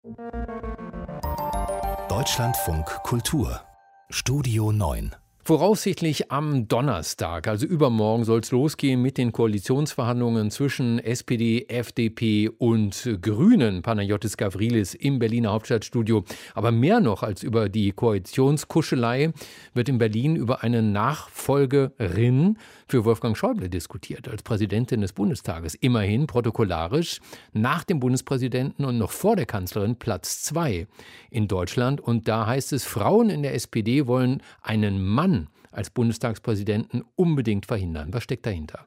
Deutschlandfunk Kultur Studio 9. Voraussichtlich am Donnerstag, also übermorgen, soll es losgehen mit den Koalitionsverhandlungen zwischen SPD, FDP und Grünen. Panagiotis Gavrilis im Berliner Hauptstadtstudio. Aber mehr noch als über die Koalitionskuschelei wird in Berlin über eine Nachfolgerin für Wolfgang Schäuble diskutiert, als Präsidentin des Bundestages. Immerhin protokollarisch nach dem Bundespräsidenten und noch vor der Kanzlerin Platz 2 in Deutschland. Und da heißt es, Frauen in der SPD wollen einen Mann als Bundestagspräsidenten unbedingt verhindern. Was steckt dahinter?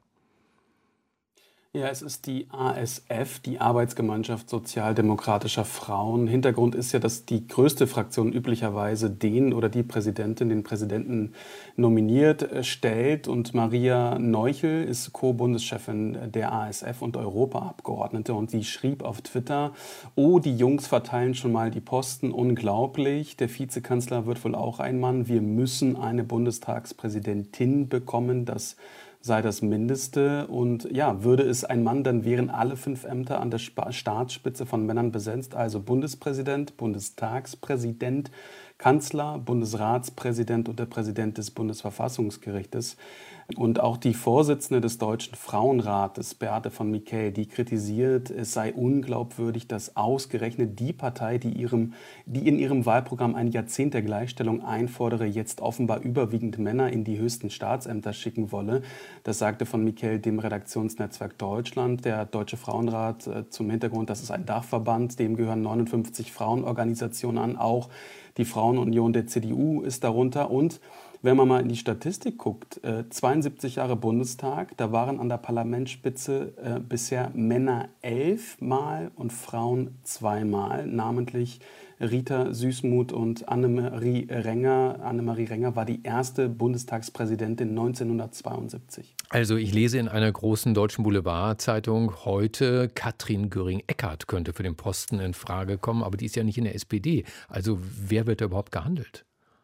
Ja, es ist die ASF, die Arbeitsgemeinschaft Sozialdemokratischer Frauen. Hintergrund ist ja, dass die größte Fraktion üblicherweise den oder die Präsidentin, den Präsidenten nominiert, stellt. Und Maria Neuchel ist Co-Bundeschefin der ASF und Europaabgeordnete. Und sie schrieb auf Twitter, oh, die Jungs verteilen schon mal die Posten, unglaublich. Der Vizekanzler wird wohl auch ein Mann. Wir müssen eine Bundestagspräsidentin bekommen, das sei das Mindeste. Und ja, würde es ein Mann, dann wären alle 5 Ämter an der Staatsspitze von Männern besetzt, also Bundespräsident, Bundestagspräsident, Kanzler, Bundesratspräsident und der Präsident des Bundesverfassungsgerichtes. Und auch die Vorsitzende des Deutschen Frauenrates, Beate von Mickel, die kritisiert, es sei unglaubwürdig, dass ausgerechnet die Partei, die in ihrem Wahlprogramm ein Jahrzehnt der Gleichstellung einfordere, jetzt offenbar überwiegend Männer in die höchsten Staatsämter schicken wolle. Das sagte von Mickel dem Redaktionsnetzwerk Deutschland. Der Deutsche Frauenrat, zum Hintergrund, das ist ein Dachverband, dem gehören 59 Frauenorganisationen an, auch die Frauenunion der CDU ist darunter. Und wenn man mal in die Statistik guckt, 72 Jahre Bundestag, da waren an der Parlamentsspitze bisher Männer 11 Mal und Frauen 2 Mal, namentlich Rita Süssmuth und Annemarie Renger. Annemarie Renger war die erste Bundestagspräsidentin 1972. Also ich lese in einer großen deutschen Boulevardzeitung heute, Katrin Göring-Eckardt könnte für den Posten in Frage kommen, aber die ist ja nicht in der SPD. Also wer wird da überhaupt gehandelt?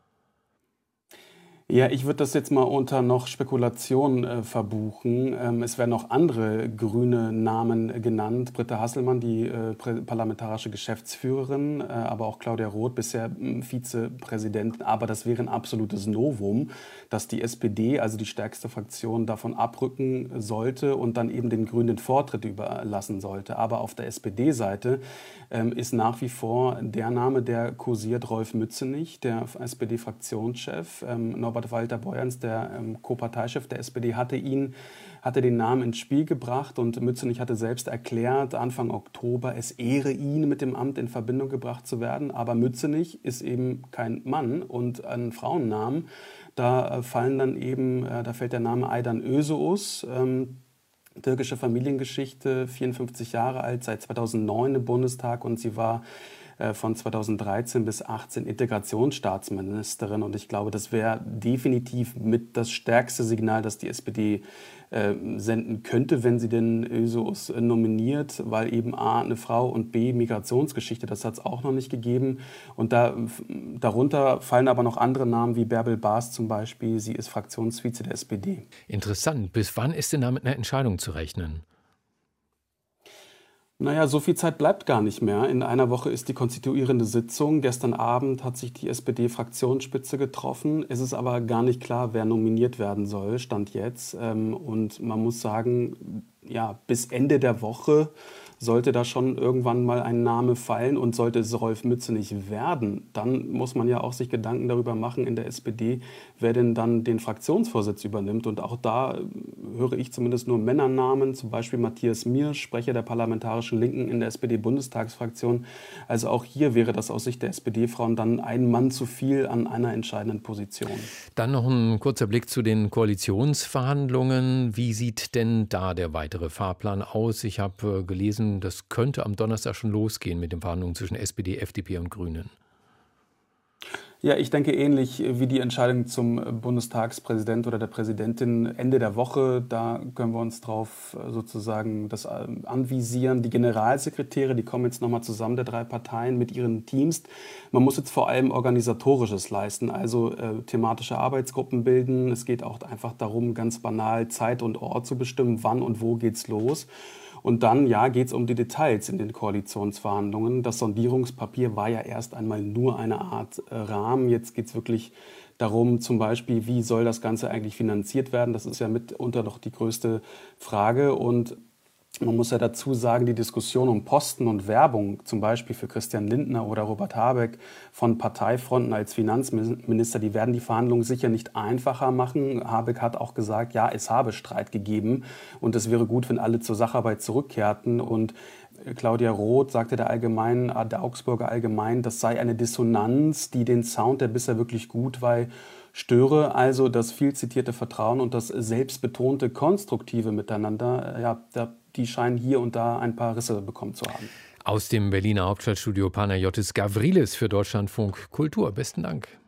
Ja, ich würde das jetzt mal unter noch Spekulation verbuchen. Es werden noch andere grüne Namen genannt. Britta Hasselmann, die parlamentarische Geschäftsführerin, aber auch Claudia Roth, bisher Vizepräsidentin. Aber das wäre ein absolutes Novum, dass die SPD, also die stärkste Fraktion, davon abrücken sollte und dann eben den Grünen den Vortritt überlassen sollte. Aber auf der SPD-Seite ist nach wie vor der Name, der kursiert, Rolf Mützenich, der SPD-Fraktionschef. Norbert Walter-Borjans, der Co-Parteichef der SPD, hatte den Namen ins Spiel gebracht und Mützenich hatte selbst erklärt, Anfang Oktober, es ehre ihn, mit dem Amt in Verbindung gebracht zu werden. Aber Mützenich ist eben kein Mann und ein Frauennamen. Da fällt der Name Aydan Özeus, türkische Familiengeschichte, 54 Jahre alt, seit 2009 im Bundestag und sie war von 2013 bis 2018 Integrationsstaatsministerin. Und ich glaube, das wäre definitiv mit das stärkste Signal, das die SPD senden könnte, wenn sie den Özeus nominiert, weil eben A, eine Frau und B, Migrationsgeschichte, das hat es auch noch nicht gegeben. Und darunter fallen aber noch andere Namen wie Bärbel Baas zum Beispiel. Sie ist Fraktionsvize der SPD. Interessant. Bis wann ist denn da mit einer Entscheidung zu rechnen? Naja, so viel Zeit bleibt gar nicht mehr. In einer Woche ist die konstituierende Sitzung. Gestern Abend hat sich die SPD-Fraktionsspitze getroffen. Es ist aber gar nicht klar, wer nominiert werden soll, Stand jetzt. Und man muss sagen, ja, bis Ende der Woche sollte da schon irgendwann mal ein Name fallen und sollte es Rolf Mützenich werden, dann muss man ja auch sich Gedanken darüber machen in der SPD, wer denn dann den Fraktionsvorsitz übernimmt. Und auch da höre ich zumindest nur Männernamen, zum Beispiel Matthias Miersch, Sprecher der Parlamentarischen Linken in der SPD-Bundestagsfraktion. Also auch hier wäre das aus Sicht der SPD-Frauen dann ein Mann zu viel an einer entscheidenden Position. Dann noch ein kurzer Blick zu den Koalitionsverhandlungen. Wie sieht denn da der weitere Fahrplan aus? Ich habe gelesen, das könnte am Donnerstag schon losgehen mit den Verhandlungen zwischen SPD, FDP und Grünen. Ja, ich denke ähnlich wie die Entscheidung zum Bundestagspräsident oder der Präsidentin Ende der Woche. Da können wir uns drauf sozusagen das anvisieren. Die Generalsekretäre, die kommen jetzt nochmal zusammen, der 3 Parteien mit ihren Teams. Man muss jetzt vor allem Organisatorisches leisten, also thematische Arbeitsgruppen bilden. Es geht auch einfach darum, ganz banal Zeit und Ort zu bestimmen, wann und wo geht's los. Und dann, ja, geht es um die Details in den Koalitionsverhandlungen. Das Sondierungspapier war ja erst einmal nur eine Art Rahmen. Jetzt geht es wirklich darum, zum Beispiel, wie soll das Ganze eigentlich finanziert werden? Das ist ja mitunter noch die größte Frage. Und man muss ja dazu sagen, die Diskussion um Posten und Werbung, zum Beispiel für Christian Lindner oder Robert Habeck von Parteifronten als Finanzminister, die werden die Verhandlungen sicher nicht einfacher machen. Habeck hat auch gesagt, ja, es habe Streit gegeben und es wäre gut, wenn alle zur Sacharbeit zurückkehrten. Und Claudia Roth sagte der Augsburger Allgemein, das sei eine Dissonanz, die den Sound, der bisher wirklich gut war, störe. Also das viel zitierte Vertrauen und das selbstbetonte konstruktive Miteinander, die scheinen hier und da ein paar Risse bekommen zu haben. Aus dem Berliner Hauptstadtstudio Panayotis Gavrilis für Deutschlandfunk Kultur. Besten Dank.